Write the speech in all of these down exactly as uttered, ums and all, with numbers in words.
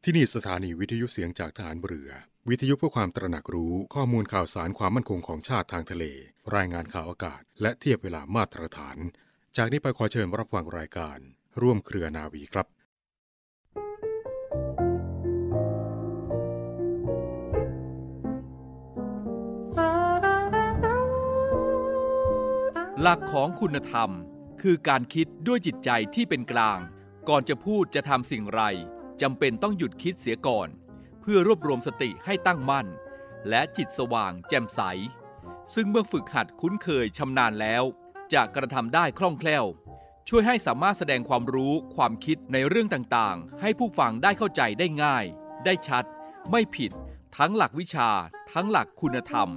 ที่นี่สถานีวิทยุเสียงจากทหารเรือวิทยุเพื่อความตระหนักรู้ข้อมูลข่าวสารความมั่นคงของชาติทางทะเลรายงานข่าวอากาศและเทียบเวลามาตรฐานจากนี้ไปขอเชิญรับฟังรายการร่วมเครือนาวีครับหลักของคุณธรรมคือการคิดด้วยจิตใจที่เป็นกลางก่อนจะพูดจะทำสิ่งไรจำเป็นต้องหยุดคิดเสียก่อนเพื่อรวบรวมสติให้ตั้งมั่นและจิตสว่างแจ่มใสซึ่งเมื่อฝึกหัดคุ้นเคยชำนาญแล้วจะกระทำได้คล่องแคล่วช่วยให้สามารถแสดงความรู้ความคิดในเรื่องต่างๆให้ผู้ฟังได้เข้าใจได้ง่ายได้ชัดไม่ผิดทั้งหลักวิชาทั้งหลักคุณธรรม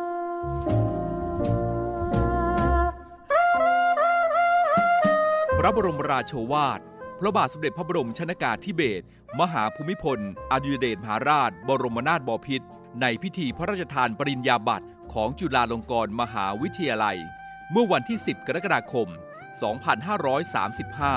พระบรมราโชวาทพระบาทสมเด็จพระบรมชนกาธิเบศรมหาภูมิพลอดุลยเดชมหาราชบรมนาถบพิตรในพิธีพระราชทานปริญญาบัตรของจุฬาลงกรณ์มหาวิทยาลัยเมื่อวันที่สิบกรกฎาคมสองพันห้าร้อยสามสิบห้า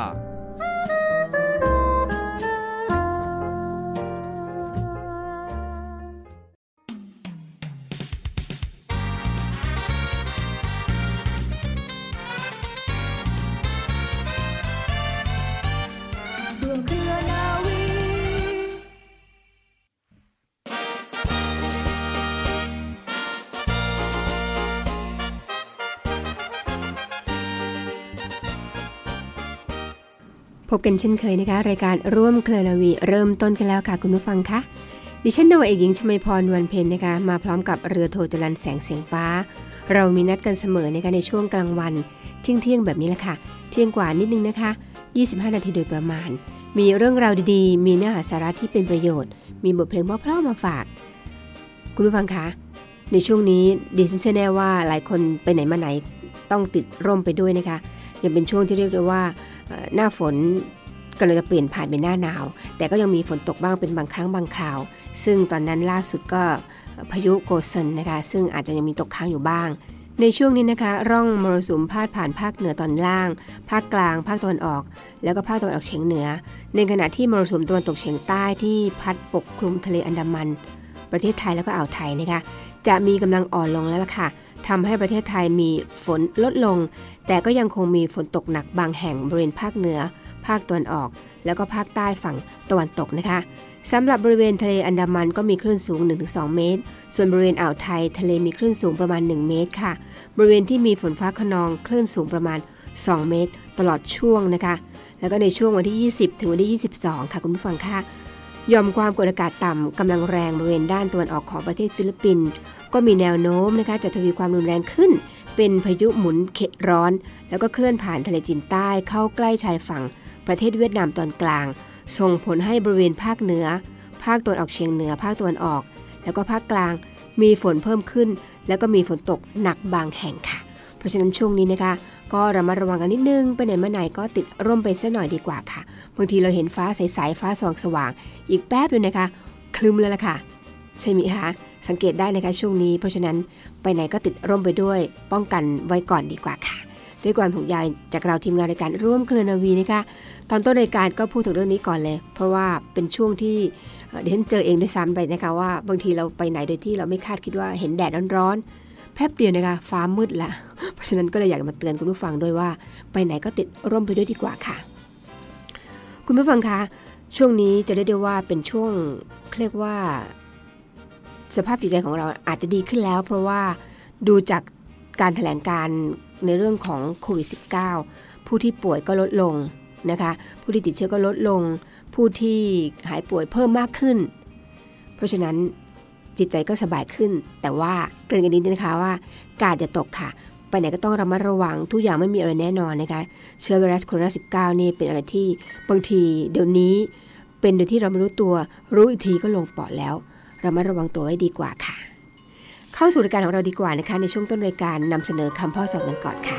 พบกันเช่นเคยนะคะรายการร่วมเครือนาวีเริ่มต้นกันแล้วค่ะคุณผู้ฟังคะดิฉันนาวาเอกหญิงชมาพรวันเพ็ญนะคะมาพร้อมกับเรือโทจรัญแสงเสียงฟ้าเรามีนัดกันเสมอนะคะในช่วงกลางวันเที่ยงๆแบบนี้แหละค่ะเที่ยงกว่านิดนึงนะคะยี่สิบห้านาทีโดยประมาณมีเรื่องราวดีๆมีเนื้อหาสาระที่เป็นประโยชน์มีบทเพลงเพราะๆมาฝากคุณผู้ฟังคะในช่วงนี้ดิฉันเชื่อแน่ว่าหลายคนไปไหนมาไหนต้องติดร่มไปด้วยนะคะยังเป็นช่วงที่เรียกได้ว่าหน้าฝนกำลังจะเปลี่ยนผ่านเป็นหน้าหนาวแต่ก็ยังมีฝนตกบ้างเป็นบางครั้งบางคราวซึ่งตอนนั้นล่าสุดก็พายุโกเซนนะคะซึ่งอาจจะยังมีตกค้างอยู่บ้างในช่วงนี้นะคะร่องมรสุมพาดผ่านภาคเหนือตอนล่างภาคกลางภาคตะวันออกแล้วก็ภาคตะวันออกเฉียงเหนือในขณะที่มรสุมตะวันตกเฉียงใต้ที่พัดปกคลุมทะเลอันดามันประเทศไทยแล้วก็อ่าวไทยนะคะจะมีกำลังอ่อนลงแล้วล่ะค่ะทำให้ประเทศไทยมีฝนลดลงแต่ก็ยังคงมีฝนตกหนักบางแห่งบริเวณภาคเหนือภาคตะวันออกแล้วก็ภาคใต้ฝั่งตะวันตกนะคะสำหรับบริเวณทะเลอันดามันก็มีคลื่นสูง หนึ่งถึงสอง เมตรส่วนบริเวณอ่าวไทยทะเลมีคลื่นสูงประมาณหนึ่งเมตรค่ะบริเวณที่มีฝนฟ้าคะนองคลื่นสูงประมาณสองเมตรตลอดช่วงนะคะแล้วก็ในช่วงวันที่ยี่สิบถึงวันที่ยี่สิบสองค่ะคุณผู้ฟังค่ะหย่อมความกดอากาศต่ำกำลังแรงบริเวณด้านตะวันออกของประเทศฟิลิปปินส์ก็มีแนวโน้มนะคะจะทวีความรุนแรงขึ้นเป็นพายุหมุนเขตร้อนแล้วก็เคลื่อนผ่านทะเลจีนใต้เข้าใกล้ชายฝั่งประเทศเวียดนามตอนกลางส่งผลให้บริเวณภาคเหนือภาคตะวันออกเฉียงเหนือภาคตะวันออกแล้วก็ภาคกลางมีฝนเพิ่มขึ้นแล้วก็มีฝนตกหนักบางแห่งค่ะเพราะฉะนั้นช่วงนี้นะคะก็ระมัดระวังกันนิดนึงไปไหนมาไหนก็ติดร่มไปสักหน่อยดีกว่าค่ะบางทีเราเห็นฟ้าใสๆฟ้าสว่างๆอีกแป๊บนึงนะคะคลึ้มแล้วล่ะค่ะใช่ไหมคะสังเกตได้นะคะช่วงนี้เพราะฉะนั้นไปไหนก็ติดร่มไปด้วยป้องกันไว้ก่อนดีกว่าค่ะด้วยความห่วงใยจากเราทีมงานรายการร่วมเครือนาวีนะคะตอนต้นรายการก็พูดถึงเรื่องนี้ก่อนเลยเพราะว่าเป็นช่วงที่ดิฉันเจอเองด้วยซ้ำไปนะคะว่าบางทีเราไปไหนโดยที่เราไม่คาดคิดว่าเห็นแดดร้อนๆแป๊บเดียวนะคะฟ้ามืดละเพราะฉะนั้นก็เลยอยากมาเตือนคุณผู้ฟังด้วยว่าไปไหนก็ติดร่มไปด้วยดีกว่าค่ะคุณผู้ฟังคะช่วงนี้จะเรียกได้ว่าเป็นช่วงเรียกว่าสภาพจิตใจของเราอาจจะดีขึ้นแล้วเพราะว่าดูจากการแถลงการในเรื่องของโควิด สิบเก้า ผู้ที่ป่วยก็ลดลงนะคะผู้ที่ติดเชื้อก็ลดลงผู้ที่หายป่วยเพิ่มมากขึ้นเพราะฉะนั้นจิตใจก็สบายขึ้นแต่ว่าเตือนกันนิดนึงนะคะว่ากาดอย่าตกค่ะไปไหนก็ต้องระมัดระวังทุกอย่างไม่มีอะไรแน่นอนนะคะเชื้อไวรัสโคโรนา สิบเก้า นี่เป็นอะไรที่บางทีเดี๋ยวนี้เป็นโดยที่เราไม่รู้ตัวรู้อีกทีก็ลงปอดแล้วระมัดระวังตัวไว้ดีกว่าค่ะเข้าสู่รายการของเราดีกว่านะคะในช่วงต้นรายการนำเสนอคำพ่อสอนกันก่อนค่ะ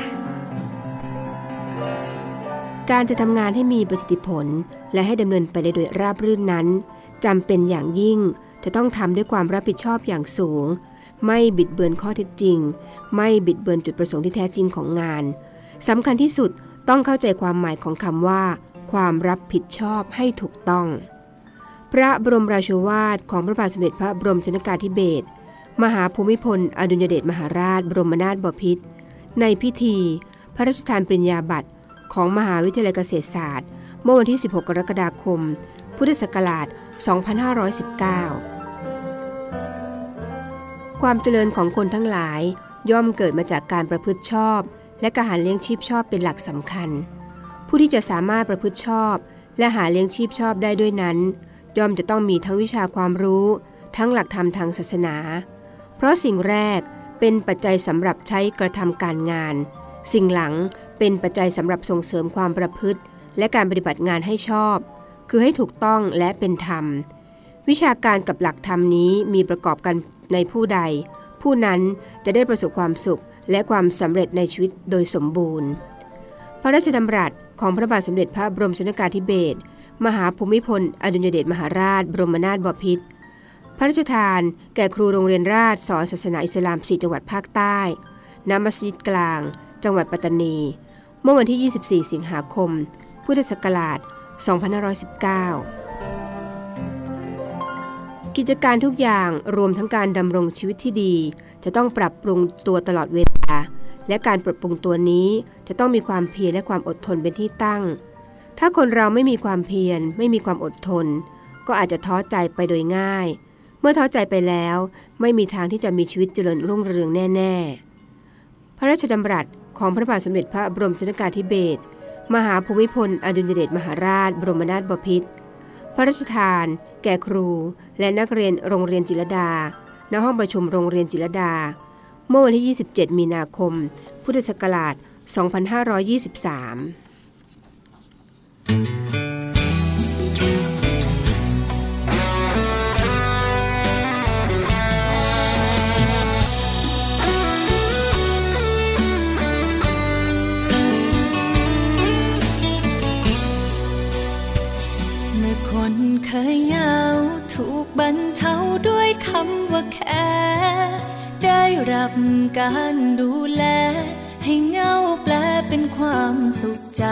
การจะทำงานให้มีประสิทธิผลและให้ดำเนินไปได้โดยราบรื่นนั้นจำเป็นอย่างยิ่งจะต้องทำด้วยความรับผิดชอบอย่างสูงไม่บิดเบือนข้อเท็จจริงไม่บิดเบือนจุดประสงค์ที่แท้จริงของงานสำคัญที่สุดต้องเข้าใจความหมายของคำว่าความรับผิดชอบให้ถูกต้องพระบรมราโชวาทของพระบาทสมเด็จพระบรมชนกาธิเบศรมหาภูมิพลอดุลยเดชมหาราชบรมนาถบพิตรในพิธีพระราชทานปริญญาบัตรของมหาวิทยาลัยเกษตรศาสตร์เมื่อวันที่สิบหกกรกฎาคมพุทธศักราชสองพันห้าร้อยสิบเก้าความเจริญของคนทั้งหลายย่อมเกิดมาจากการประพฤติชอบและการหาเลี้ยงชีพชอบเป็นหลักสำคัญผู้ที่จะสามารถประพฤติชอบและหาเลี้ยงชีพชอบได้ด้วยนั้นย่อมจะต้องมีทั้งวิชาความรู้ทั้งหลักธรรมทางศาสนาเพราะสิ่งแรกเป็นปัจจัยสำหรับใช้กระทำการงานสิ่งหลังเป็นปัจจัยสำหรับส่งเสริมความประพฤติและการปฏิบัติงานให้ชอบคือให้ถูกต้องและเป็นธรรมวิชาการกับหลักธรรมนี้มีประกอบกันในผู้ใดผู้นั้นจะได้ประสบความสุขและความสำเร็จในชีวิตโดยสมบูรณ์พระราชดำรัสของพระบาทสมเด็จพระบรมชนกาธิเบศรมหาภูมิพลอดุลยเดชมหาราชบรมนาถบพิตรพระราชทานแก่ครูโรงเรียนราชสอนศาสนาอิสลามสี่จังหวัดภาคใต้ณมัสยิดกลางจังหวัดปัตตานีเมื่อวันที่ยี่สิบสี่สิงหาคมพุทธศักราชสองพันห้าร้อยสิบเก้ากิจการทุกอย่างรวมทั้งการดำรงชีวิตที่ดีจะต้องปรับปรุงตัวตลอดเวลาและการปรับปรุงตัวนี้จะต้องมีความเพียรและความอดทนเป็นที่ตั้งถ้าคนเราไม่มีความเพียรไม่มีความอดทนก็อาจจะท้อใจไปโดยง่ายเมื่อท้อใจไปแล้วไม่มีทางที่จะมีชีวิตเจริญรุ่งเรืองแน่ๆพระราชดำรัสของพระบาทสมเด็จพระบรมชนกาธิเบศรมหาภูมิพลอดุลยเดชมหาราชบรมนาถบพิตรพระราชทานแก่ครูและนักเรียนโรงเรียนจิรดาณห้องประชุมโรงเรียนจิรดาเมื่อวันที่ยี่สิบเจ็ดมีนาคมพุทธศักราชสองพันห้าร้อยยี่สิบสามคนเคยเหงาถูกบรรเทาด้วยคำว่าแค่ได้รับการดูแลให้เหงาแปลเป็นความสุขใจ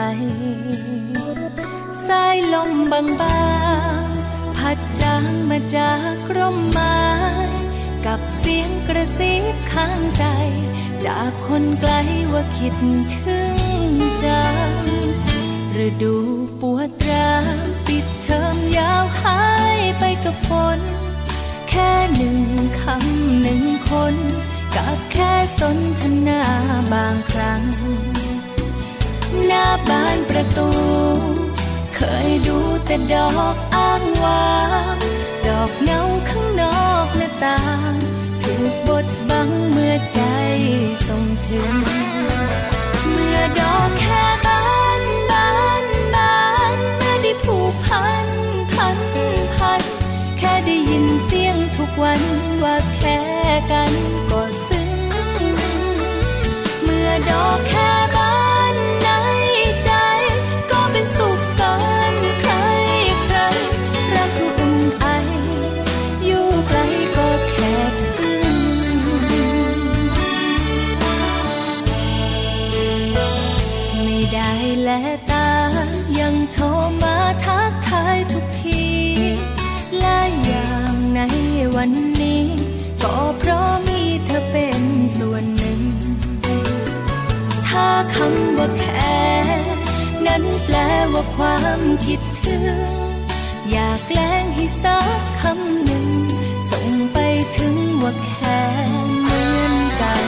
สายลมบางๆพัดจางมาจากร่มไม้กับเสียงกระซิบข้างใจจากคนไกลว่าคิดถึงจังฤดูปวดร้าวปิดเทอมยาวหายไปกับฝนแค่หนึ่งคำหนึ่งคนกับแค่สนทนาบางครั้งหน้าบ้านประตูเคยดูแต่ดอกอ้างว้างดอกเงาข้างนอกหน้าต่างถูกบดบังเมื่อใจส่งถึงเมื่อดอกแค่บานบานบานเมื่อได้ผูกพันพันพันแค่ได้ยินเสียงทุกวันว่าแค่กันก็ซึ้งเมื่อดอกแค่บานในใจก็เป็นสุขเกินใครใครรักอุ่นไออยู่ไกลก็แค่ถึงไม่ได้แลตายังโทรมาทักทายทุกทีและอย่างในวันนี้ก็เพราะมีเธอเป็นส่วนหนึ่งถ้าคำว่าแค่นั้นแปลว่าความคิดถึงอยากแกล้งให้สักคำหนึ่งส่งไปถึงว่าแค่เหมือนกัน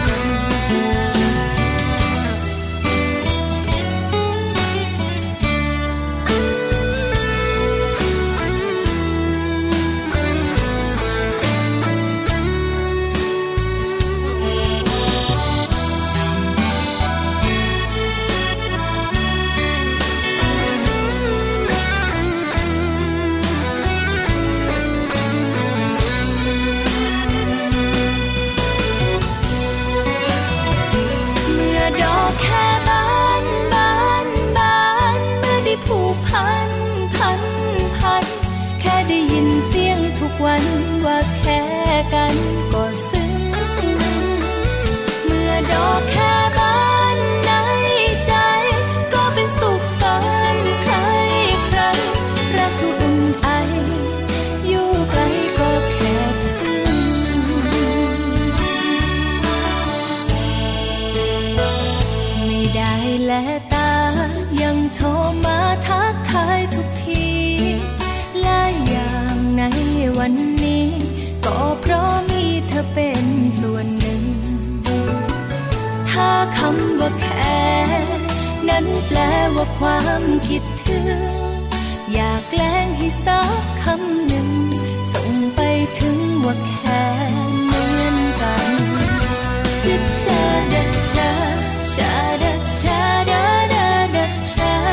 วันว่าแค่กันก็ซึ้งเมื่อดอกแค่บานในใจก็เป็นสุขเกินใครใครรักอุ่นไอแปลว่าความคิดถึงอยากแกล้งให้สักคำหนึ่งส่งไปถึงว่าแค่เหมือนกันชิดชาดัดชาชาดัดชาดาดาดัดชา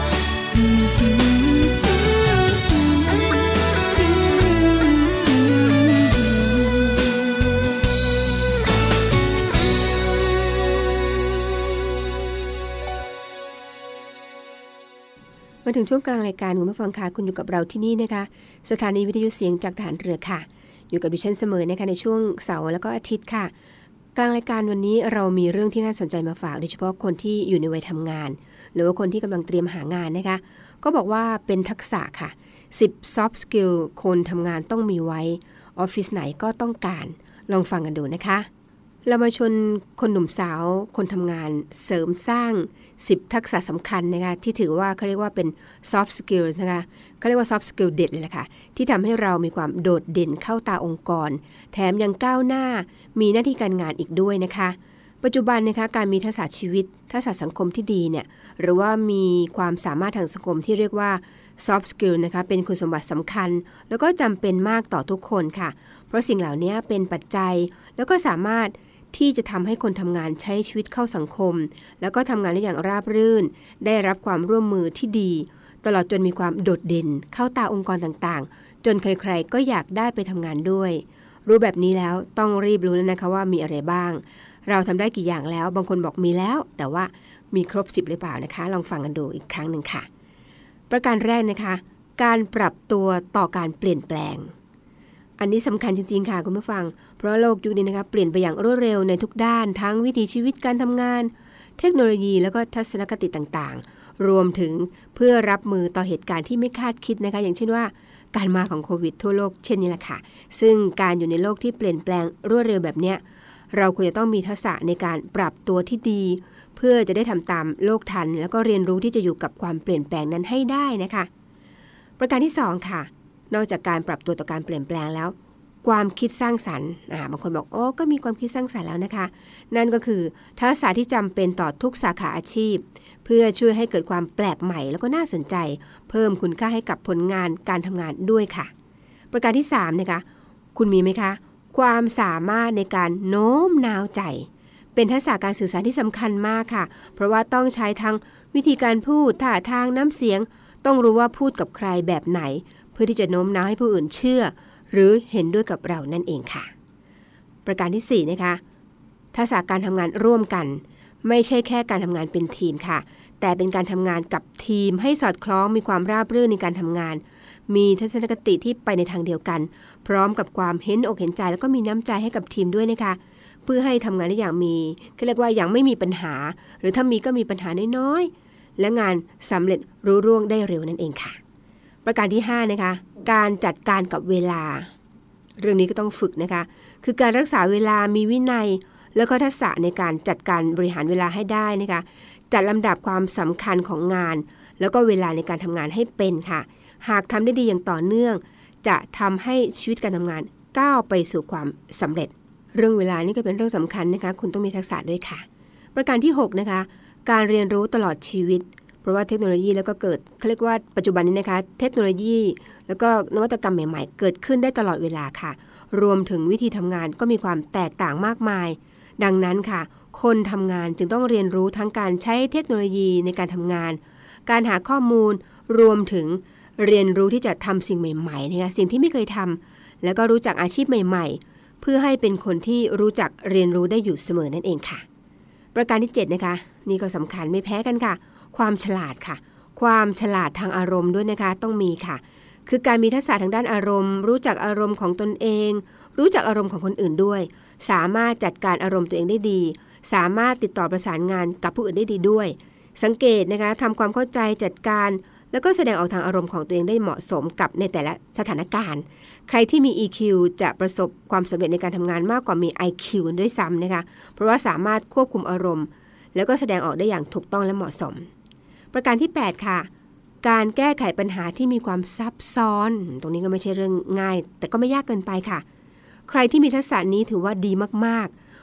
มาถึงช่วงกลางรายการคุณผู้ฟังค่ะคุณอยู่กับเราที่นี่นะคะสถานีวิทยุเสียงจากทหารเรือค่ะอยู่กับดิฉันเสมอนะคะในช่วงเสาร์แล้วก็อาทิตย์ค่ะกลางรายการวันนี้เรามีเรื่องที่น่าสนใจมาฝากโดยเฉพาะคนที่อยู่ในวัยทำงานหรือว่าคนที่กำลังเตรียมหางานนะคะก็บอกว่าเป็นทักษะค่ะสิบ soft skill คนทำงานต้องมีไว้ออฟฟิศไหนก็ต้องการลองฟังกันดูนะคะเรามาชวนคนหนุ่มสาวคนทำงานเสริมสร้างสิบทักษะสำคัญนะคะที่ถือว่าเขาเรียกว่าเป็น soft skills นะคะเขาเรียกว่า soft skill เด็ดเลยแหละค่ะที่ทำให้เรามีความโดดเด่นเข้าตาองค์กรแถมยังก้าวหน้ามีหน้าที่การงานอีกด้วยนะคะปัจจุบันนะคะการมีทักษะชีวิตทักษะสังคมที่ดีเนี่ยหรือว่ามีความสามารถทางสังคมที่เรียกว่า soft skill นะคะเป็นคุณสมบัติสำคัญแล้วก็จำเป็นมากต่อทุกคนค่ะเพราะสิ่งเหล่านี้เป็นปัจจัยแล้วก็สามารถที่จะทำให้คนทำงานใช้ชีวิตเข้าสังคมแล้วก็ทำงานได้อย่างราบรื่นได้รับความร่วมมือที่ดีตลอดจนมีความโดดเด่นเข้าตาองค์กรต่างๆจนใครๆก็อยากได้ไปทำงานด้วยรู้แบบนี้แล้วต้องรีบรู้แล้วนะคะว่ามีอะไรบ้างเราทำได้กี่อย่างแล้วบางคนบอกมีแล้วแต่ว่ามีครบสิบหรือเปล่านะคะลองฟังกันดูอีกครั้งหนึ่งค่ะประการแรกนะคะการปรับตัวต่อการเปลี่ยนแปลงอันนี้สำคัญจริงๆค่ะคุณผู้ฟังเพราะโลกยุคนี้นะคะเปลี่ยนไปอย่างรวดเร็วในทุกด้านทั้งวิถีชีวิตการทำงานเทคโนโลยีแล้วก็ทัศนคติต่างๆรวมถึงเพื่อรับมือต่อเหตุการณ์ที่ไม่คาดคิดนะคะอย่างเช่นว่าการมาของโควิดทั่วโลกเช่นนี้แหละค่ะซึ่งการอยู่ในโลกที่เปลี่ยนแปลงรวดเร็วแบบเนี้ยเราควรจะต้องมีทักษะในการปรับตัวที่ดีเพื่อจะได้ทำตามโลกทันแล้วก็เรียนรู้ที่จะอยู่กับความเปลี่ยนแปลงนั้นให้ได้นะคะประการที่สองค่ะนอกจากการปรับตัวต่อการเปลี่ยนแปลงแล้วความคิดสร้างสรรค์อ่าบางคนบอกโอ้ก็มีความคิดสร้างสรรค์แล้วนะคะนั่นก็คือทักษะที่จำเป็นต่อทุกสาขาอาชีพเพื่อช่วยให้เกิดความแปลกใหม่แล้วก็น่าสนใจเพิ่มคุณค่าให้กับผลงานการทำงานด้วยค่ะประการที่สามนะคะคุณมีไหมคะความสามารถในการโน้มน้าวใจเป็นทักษะการสื่อสารที่สำคัญมากค่ะเพราะว่าต้องใช้ทั้งวิธีการพูดท่าทางน้ำเสียงต้องรู้ว่าพูดกับใครแบบไหนเพื่อที่จะโน้มน้าวให้ผู้อื่นเชื่อหรือเห็นด้วยกับเรานั่นเองค่ะประการที่สี่นะคะทักษะการทำงานร่วมกันไม่ใช่แค่การทำงานเป็นทีมค่ะแต่เป็นการทำงานกับทีมให้สอดคล้องมีความราบรื่นในการทำงานมีทัศนคติที่ไปในทางเดียวกันพร้อมกับความเห็นอกเห็นใจแล้วก็มีน้ำใจให้กับทีมด้วยนะคะเพื่อให้ทำงานได้อย่างมีเขาเรียกว่าอย่างไม่มีปัญหาหรือถ้ามีก็มีปัญหาน้อยๆและงานสำเร็จรุ่ร่วงได้เร็วนั่นเองค่ะประการที่ห้านะคะการจัดการกับเวลาเรื่องนี้ก็ต้องฝึกนะคะคือการรักษาเวลามีวินัยแล้วก็ทักษะในการจัดการบริหารเวลาให้ได้นะคะจัดลำดับความสำคัญของงานแล้วก็เวลาในการทำงานให้เป็นค่ะหากทำได้ดีอย่างต่อเนื่องจะทำให้ชีวิตการทำงานก้าวไปสู่ความสำเร็จเรื่องเวลานี่ก็เป็นเรื่องสำคัญนะคะคุณต้องมีทักษะด้วยค่ะประการที่หกนะคะการเรียนรู้ตลอดชีวิตเพราะว่าเทคโนโลยีแล้วก็เกิดเขาเรียกว่าปัจจุบันนี้นะคะเทคโนโลยีแล้วก็นวัตกรรมใหม่ๆเกิดขึ้นได้ตลอดเวลาค่ะรวมถึงวิธีทำงานก็มีความแตกต่างมากมายดังนั้นค่ะคนทำงานจึงต้องเรียนรู้ทั้งการใช้เทคโนโลยีในการทำงานการหาข้อมูลรวมถึงเรียนรู้ที่จะทำสิ่งใหม่ๆนะคะสิ่งที่ไม่เคยทำแล้วก็รู้จักอาชีพใหม่ๆเพื่อให้เป็นคนที่รู้จักเรียนรู้ได้อยู่เสมอนั่นเองค่ะประการที่เจ็ดนะคะนี่ก็สำคัญไม่แพ้กันค่ะความฉลาดค่ะความฉลาดทางอารมณ์ด้วยนะคะต้องมีค่ะคือการมีทักษะทางด้านอารมณ์รู้จักอารมณ์ของตนเองรู้จักอารมณ์ของคนอื่นด้วยสามารถจัดการอารมณ์ตัวเองได้ดีสามารถติดต่อประสานงานกับผู้อื่นได้ดีด้วยสังเกตนะคะทำความเข้าใจจัดการแล้วก็แสดงออกทางอารมณ์ของตัวเองได้เหมาะสมกับในแต่ละสถานการณ์ใครที่มี อี คิว จะประสบความสำเร็จในการทำงานมากกว่ามี ไอ คิว ด้วยซ้ำนะคะเพราะว่าสามารถควบคุมอารมณ์แล้วก็แสดงออกได้อย่างถูกต้องและเหมาะสมประการที่แปดค่ะการแก้ไขปัญหาที่มีความซับซ้อนตรงนี้ก็ไม่ใช่เรื่องง่ายแต่ก็ไม่ยากเกินไปค่ะใครที่มีทักษะนี้ถือว่าดีมากๆ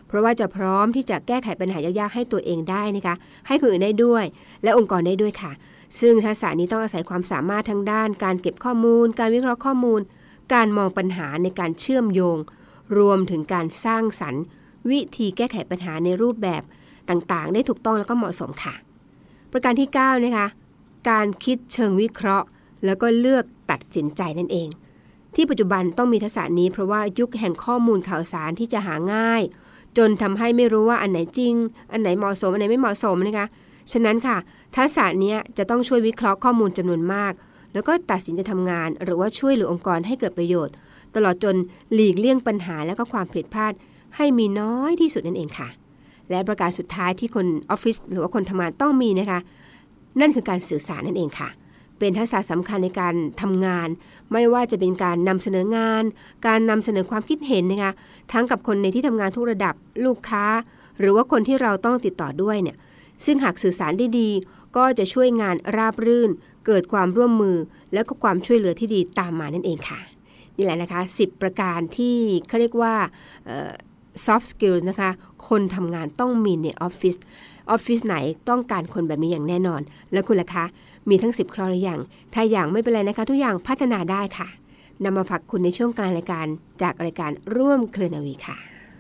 เพราะว่าจะพร้อมที่จะแก้ไขปัญหายากๆให้ตัวเองได้นะคะให้คนอื่นได้ด้วยและองค์กรได้ด้วยค่ะซึ่งทักษะนี้ต้องอาศัยความสามารถทางด้านการเก็บข้อมูลการวิเคราะห์ข้อมูลการมองปัญหาในการเชื่อมโยงรวมถึงการสร้างสรรค์วิธีแก้ไขปัญหาในรูปแบบต่างๆได้ถูกต้องแล้วก็เหมาะสมค่ะประการที่เก้านะคะการคิดเชิงวิเคราะห์แล้วก็เลือกตัดสินใจนั่นเองที่ปัจจุบันต้องมีทักษะนี้เพราะว่ายุคแห่งข้อมูลข่าวสารที่จะหาง่ายจนทำให้ไม่รู้ว่าอันไหนจริงอันไหนเหมาะสมอันไหนไม่เหมาะสมนะคะฉะนั้นค่ะทักษะนี้จะต้องช่วยวิเคราะห์ข้อมูลจำนวนมากแล้วก็ตัดสินใจทำงานหรือว่าช่วยเหลือองค์กรให้เกิดประโยชน์ตลอดจนหลีกเลี่ยงปัญหาและก็ความผิดพลาดให้มีน้อยที่สุดนั่นเองค่ะและประการสุดท้ายที่คนออฟฟิศหรือว่าคนทำงานต้องมีนะคะนั่นคือการสื่อสารนั่นเองค่ะเป็นทักษะสำคัญในการทำงานไม่ว่าจะเป็นการนำเสนองานการนำเสนอความคิดเห็นนะคะทั้งกับคนในที่ทำงานทุกระดับลูกค้าหรือว่าคนที่เราต้องติดต่อด้วยเนี่ยซึ่งหากสื่อสารได้ดีก็จะช่วยงานราบรื่นเกิดความร่วมมือและก็ความช่วยเหลือที่ดีตามมานั่นเองค่ะนี่แหละนะคะสิบประการที่เขาเรียกว่าsoft skills นะคะคนทำงานต้องมีในออฟฟิศออฟฟิศไหนต้องการคนแบบนี้อย่างแน่นอนแล้วคุณล่ะคะมีทั้งสิบข้อหรือยังถ้าอย่างไม่เป็นไรนะคะทุกอย่างพัฒนาได้ค่ะนำมาฝากคุณในช่วงกลางรายการจากรายการร่วมเครือนาวีค่ะ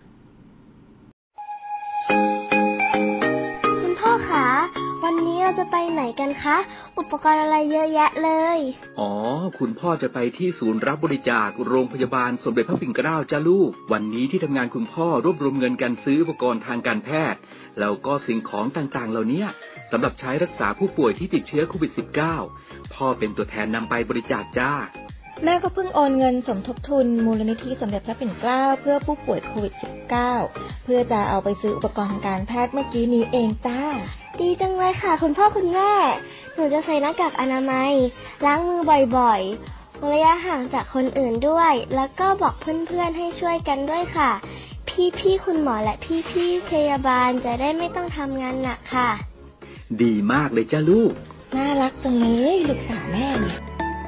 คุณพ่อคะวันนี้เราจะไปไหนกันคะอุปกรณ์อะไรเยอะแยะเลยอ๋อคุณพ่อจะไปที่ศูนย์รับบริจาคโรงพยาบาลสมเด็จพระปิ่นเกล้าจ้าลูกวันนี้ที่ทำงานคุณพ่อรวบรวมเงินกันซื้ออุปกรณ์ทางการแพทย์แล้วก็สิ่งของต่างๆเหล่านี้สำหรับใช้รักษาผู้ป่วยที่ติดเชื้อโควิด สิบเก้า พ่อเป็นตัวแทนนำไปบริจาคจ้าแม่ก็เพิ่งโอนเงินสมทบทุนมูลนิธิสมเด็จพระปิ่นเกล้าเพื่อผู้ป่วยโควิด สิบเก้า เพื่อจะเอาไปซื้ออุปกรณ์ทางการแพทย์เมื่อกี้นี้เองจ้าดีจังเลยค่ะคุณพ่อคุณแม่หนูจะใส่หน้ากากอนามัยล้างมือบ่อยๆระยะห่างจากคนอื่นด้วยแล้วก็บอกเพื่อนๆให้ช่วยกันด้วยค่ะพี่ๆคุณหมอและพี่ๆพยาบาลจะได้ไม่ต้องทำงานหนักค่ะดีมากเลยจ้าลูกน่ารักจังเลยลูกสาวแม่เนี่ย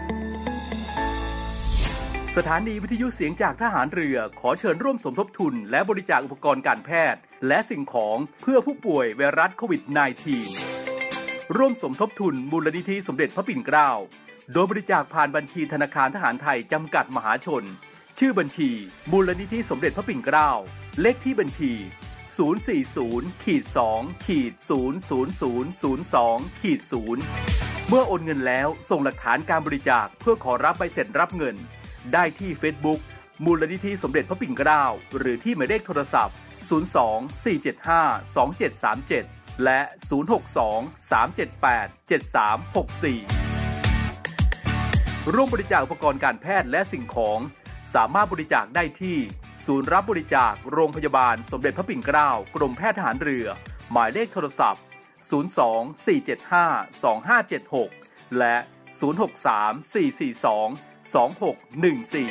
สถานีวิทยุเสียงจากทหารเรือขอเชิญร่วมสมทบทุนและบริจาคอุปกรณ์การแพทย์และสิ่งของเพื่อผู้ป่วยไวรัสโควิด สิบเก้า ร่วมสมทบทุนมูลนิธิสมเด็จพระปิ่นเกล้าโดยบริจาคผ่านบัญชีธนาคารทหารไทยจำกัดมหาชนชื่อบัญชีมูลนิธิสมเด็จพระปิ่นเกล้าเลขที่บัญชี ศูนย์ สี่ ศูนย์ สอง ศูนย์ ศูนย์ ศูนย์ ศูนย์ สอง ศูนย์ เมื่อโอนเงินแล้วส่งหลักฐานการบริจาคเพื่อขอรับใบเสร็จรับเงินได้ที่ Facebook มูลนิธิสมเด็จพระปิ่นเกล้าหรือที่หมายเลขโทรศัพท์ศูนย์ สอง สี่ เจ็ด ห้า สอง เจ็ด สาม เจ็ดและศูนย์ หก สอง สาม เจ็ด แปด เจ็ด สาม หก สี่ร่วมบริจาคอุปกรณ์การแพทย์และสิ่งของสามารถบริจาคได้ที่ศูนย์รับบริจาคโรงพยาบาลสมเด็จพระปิ่นเกล้ากรมแพทย์ทหารเรือหมายเลขโทรศัพท์ศูนย์ สอง สี่ เจ็ด ห้า สอง ห้า เจ็ด หกและศูนย์ หก สาม สี่ สี่ สอง สอง หก หนึ่ง สี่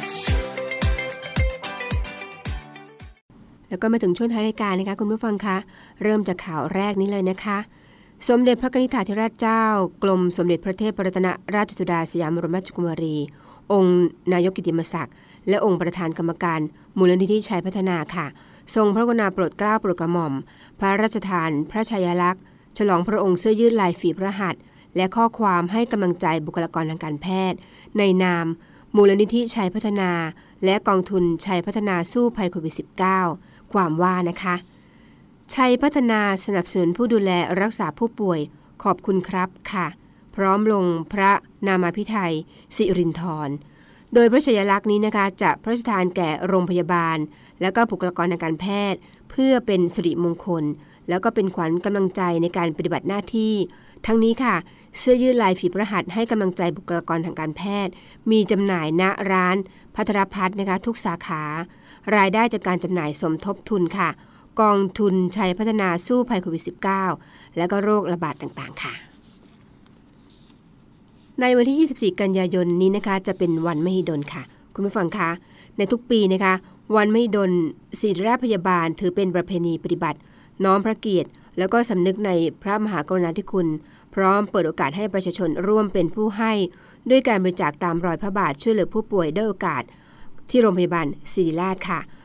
แล้วก็มาถึงช่วงท้ายรายการนะคะคุณผู้ฟังคะเริ่มจากข่าวแรกนี้เลยนะคะสมเด็จพระกนิษฐาธิราชเจ้ากรมสมเด็จพระเทพรัตนราชสุดาสยามบรมราชกุมารีองค์นายกกิตติมศักดิ์และองค์ประธานกรรมการมูลนิธิชัยพัฒนาค่ะทรงพระกรุณาโปรดเกล้าโปรดกระหม่อมพระราชทานพระฉายาลักษณ์ฉลองพระองค์เสื้อยืดลายฝีพระหัตถ์และข้อความให้กำลังใจบุคลากรทางการแพทย์ในนามมูลนิธิชัยพัฒนาและกองทุนชัยพัฒนาสู้ภัยโควิด สิบเก้า ความว่านะคะชัยพัฒนาสนับสนุนผู้ดูแลรักษาผู้ป่วยขอบคุณครับค่ะพร้อมลงพระนามาภิไธยสิรินธรโดยพระฉายาลักษณ์นี้นะคะจะพระราชทานแก่โรงพยาบาลและก็บุคลากรทางการแพทย์เพื่อเป็นสิริมงคลแล้วก็เป็นขวัญกำลังใจในการปฏิบัติหน้าที่ทั้งนี้ค่ะเสื้อยืดลายฝีพระหัตถ์ให้กำลังใจบุคลากรทางการแพทย์มีจำหน่ายณร้านภัทรพัฒน์นะคะทุกสาขารายได้จากการจำหน่ายสมทบทุนค่ะกองทุนชัยพัฒนาสู้ภัยโควิด สิบเก้า และก็โรคระบาดต่างๆค่ะในวันที่ยี่สิบสี่กันยายนนี้นะคะจะเป็นวันมหิดลค่ะคุณผู้ฟังคะในทุกปีนะคะวันมหิดลศิริราชพยาบาลถือเป็นประเพณีปฏิบัติน้อมพระเกียรติแล้วก็สำนึกในพระมหากรุณาธิคุณพร้อมเปิดโอกาสให้ประชาชนร่วมเป็นผู้ให้ด้วยการบริจาคตามรอยพระบาทช่วยเหลือผู้ป่วยด้วยโอกาสที่โรงพยาบาลศิริราชค่ะ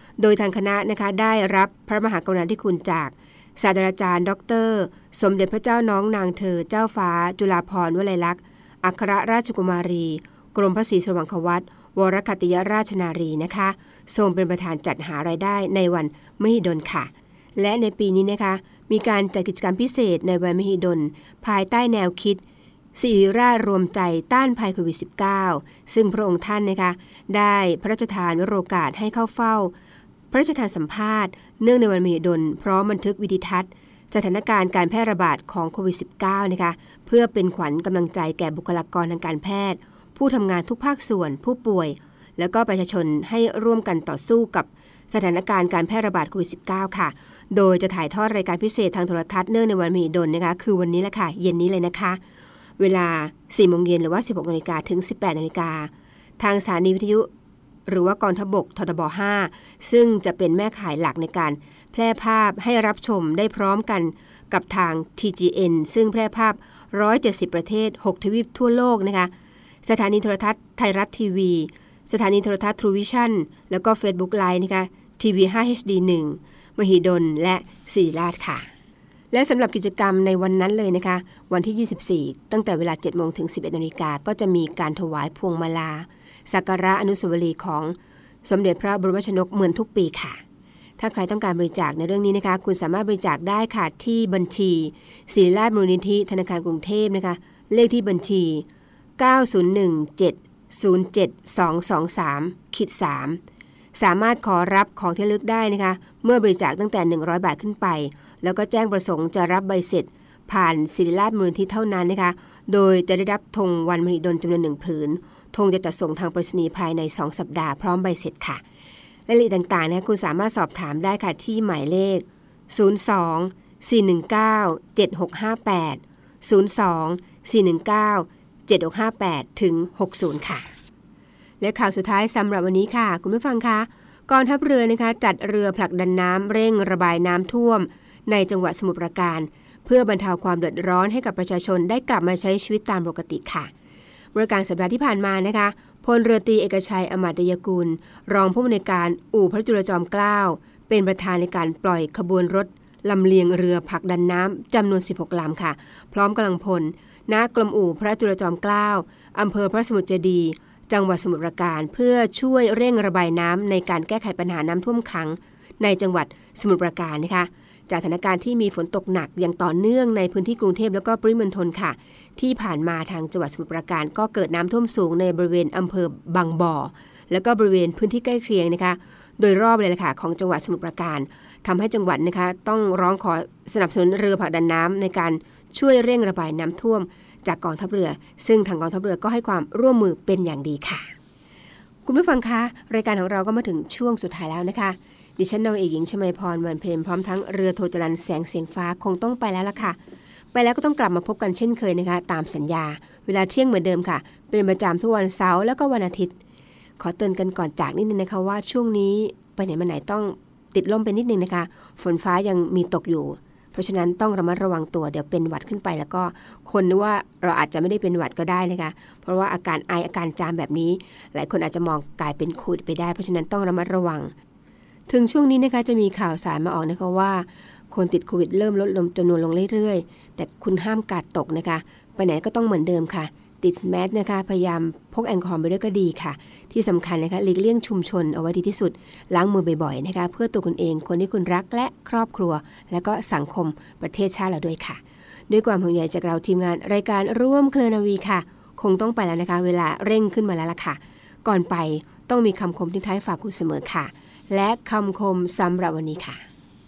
โดยทางคณะนะคะได้รับพระมหากรุณาธิคุณจากศาสตราจารย์ดรสมเด็จพระเจ้าน้องนางเธอเจ้าฟ้าจุฬาภรณ์วลัยลักษณ์อัครราชกุมารีกรมพระศรีสว่างควัตรวรคัตติยราชนารีนะคะทรงเป็นประธานจัดหารายได้ในวันมหิดลค่ะและในปีนี้นะคะมีการจัดกิจกรรมพิเศษในวันมหิดลภายใต้แนวคิดศิริราชรวมใจต้านภัยโควิด สิบเก้า ซึ่งพระองค์ท่านนะคะได้พระราชทานวโรกาสให้เข้าเฝ้าพระราชทานสัมภาษณ์เนื่องในวันมหิดลพร้อมบันทึกวิดีทัศน์สถานการณ์การแพร่ระบาดของโควิด สิบเก้า นะคะเพื่อเป็นขวัญกำลังใจแก่บุคลากรทางการแพทย์ผู้ทำงานทุกภาคส่วนผู้ป่วยแล้วก็ประชาชนให้ร่วมกันต่อสู้กับสถานการณ์การแพร่ระบาดโควิด สิบเก้า ค่ะโดยจะถ่ายทอดรายการพิเศษทางโทรทัศน์เนื่องในวันมหิดลนะคะคือวันนี้แหละค่ะเย็นนี้เลยนะคะเวลา สี่โมงเย็นหรือว่า สิบหกนาฬิกาถึง สิบแปดนาฬิกาทางสถานีวิทยุหรือว่ากองทัพบกททบห้าซึ่งจะเป็นแม่ข่ายหลักในการแพร่ภาพให้รับชมได้พร้อมกันกับทาง ที จี เอ็น ซึ่งแพร่ภาพหนึ่งร้อยเจ็ดสิบประเทศหกทวีปทั่วโลกนะคะสถานีโทรทัศน์ไทยรัฐทีวีสถานีโทรทัศน์ True Vision แล้วก็ Facebook Live นะคะ ที วี ห้า เอช ดี หนึ่ง มหิดลและศิริราชค่ะและสำหรับกิจกรรมในวันนั้นเลยนะคะวันที่ยี่สิบสี่ตั้งแต่เวลา เจ็ดโมงถึง สิบเอ็ดนาฬิกาก็จะมีการถวายพวงมาลาสักการะอนุสาวรีย์ของสมเด็จพระบรมชนกเหมือนทุกปีค่ะถ้าใครต้องการบริจาคในเรื่องนี้นะคะคุณสามารถบริจาคได้ค่ะที่บัญชีศิริราชมูลนิธิธนาคารกรุงเทพนะคะเลขที่บัญชีเก้า ศูนย์ หนึ่ง เจ็ด ศูนย์ เจ็ด สอง สอง สาม สามสามารถขอรับของที่ระลึกได้นะคะเมื่อบริจาคตั้งแต่หนึ่งร้อยบาทขึ้นไปแล้วก็แจ้งประสงค์จะรับใบเสร็จผ่านศิริราชมูลนิธิเท่านั้นนะคะโดยจะได้รับธงวันมหิดลจำนวนหนึ่งผืนธงจะจัดส่งทางไปรษณีย์ภายในสองสัปดาห์พร้อมใบเสร็จค่ะรายละเอียดต่างๆนะคะคุณสามารถสอบถามได้ค่ะที่หมายเลขศูนย์ สอง สี่ หนึ่ง เก้า เจ็ด หก ห้า แปด ศูนย์ สอง สี่ หนึ่ง เก้า เจ็ด หก ห้า แปด ถึง หกสิบ ค่ะและข่าวสุดท้ายสำหรับวันนี้ค่ะคุณผู้ฟังคะกองทัพเรือนะคะจัดเรือผลักดันน้ำเร่งระบายน้ำท่วมในจังหวัดสมุทรปราการเพื่อบรรเทาความเดือดร้อนให้กับประชาชนได้กลับมาใช้ชีวิตตามปกติค่ะเมื่อกลางสัปดาห์ที่ผ่านมานะคะพลเรือตรีเอกชัยอมาตยกุลรองผู้อำนวยการอู่พระจุลจอมเกล้าเป็นประธานในการปล่อยขบวนรถลำเลียงเรือผลักดันน้ำจำนวนสิบหกลำค่ะพร้อมกำลังพลณกรมอู่พระจุลจอมเกล้าอำเภอพระสมุทรเจดีย์จังหวัดสมุทรปราการเพื่อช่วยเร่งระบายน้ำในการแก้ไขปัญหาน้ำท่วมขังในจังหวัดสมุทรปราการนะคะจากสถานการณ์ที่มีฝนตกหนักอย่างต่อเนื่องในพื้นที่กรุงเทพแล้วก็ปริมณฑลค่ะที่ผ่านมาทางจังหวัดสมุทรปราการก็เกิดน้ำท่วมสูงในบริเวณอำเภอบางบ่อแล้วก็บริเวณพื้นที่ใกล้เคียงนะคะโดยรอบเลยล่ะค่ะของจังหวัดสมุทรปราการทำให้จังหวัดนะคะต้องร้องขอสนับสนุนเรือผลักดันน้ำในการช่วยเร่งระบายน้ำท่วมจากกองทัพเรือซึ่งทางกองทัพเรือก็ให้ความร่วมมือเป็นอย่างดีค่ะคุณผู้ฟังคะรายการของเราก็มาถึงช่วงสุดท้ายแล้วนะคะดิฉันนาวเอกหญิงชมาพรวันเพ็ญพร้อมทั้งเรือโทจรัญแสงเสียงฟ้าคงต้องไปแล้วล่ะค่ะไปแล้วก็ต้องกลับมาพบกันเช่นเคยนะคะตามสัญญาเวลาเที่ยงเหมือนเดิมค่ะเป็นประจำทุกวันเสาร์แล้วก็วันอาทิตย์ขอเตือนกันก่อนจากนิดนึงนะคะว่าช่วงนี้ไปไหนมาไหนต้องติดลมไปนิดนึงนะคะฝนฟ้ายังมีตกอยู่เพราะฉะนั้นต้องระมัดระวังตัวเดี๋ยวเป็นหวัดขึ้นไปแล้วก็คนนึกว่าเราอาจจะไม่ได้เป็นหวัดก็ได้นะคะเพราะว่าอาการไออาการจามแบบนี้หลายคนอาจจะมองกลายเป็นโควิดไปได้เพราะฉะนั้นต้องระมัดระวังถึงช่วงนี้นะคะจะมีข่าวสารมาออกนะคะว่าคนติดโควิดเริ่มลดลงจำนวนลงเรื่อยๆแต่คุณห้ามกาดตกนะคะไปไหนก็ต้องเหมือนเดิมค่ะติดแมสนะคะพยายามพกแอลกอฮอล์ไปด้วยก็ดีค่ะที่สำคัญนะคะหลีกเลี่ยงชุมชนเอาไว้ดีที่สุดล้างมือบ่อยๆนะคะเพื่อตัวคุณเองคนที่คุณรักและครอบครัวและก็สังคมประเทศชาติเราด้วยค่ะด้วยความห่วงใยจากเราทีมงานรายการร่วมเครือนาวีค่ะคงต้องไปแล้วนะคะเวลาเร่งขึ้นมาแล้วล่ะค่ะก่อนไปต้องมีคำคมทิ้งท้ายฝากคุณเสมอค่ะและคำคมสำหรับวันนี้ค่ะ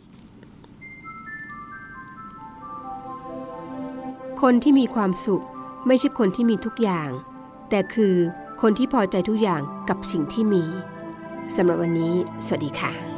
คนที่มีความสุขไม่ใช่คนที่มีทุกอย่างแต่คือคนที่พอใจทุกอย่างกับสิ่งที่มีสำหรับวันนี้สวัสดีค่ะ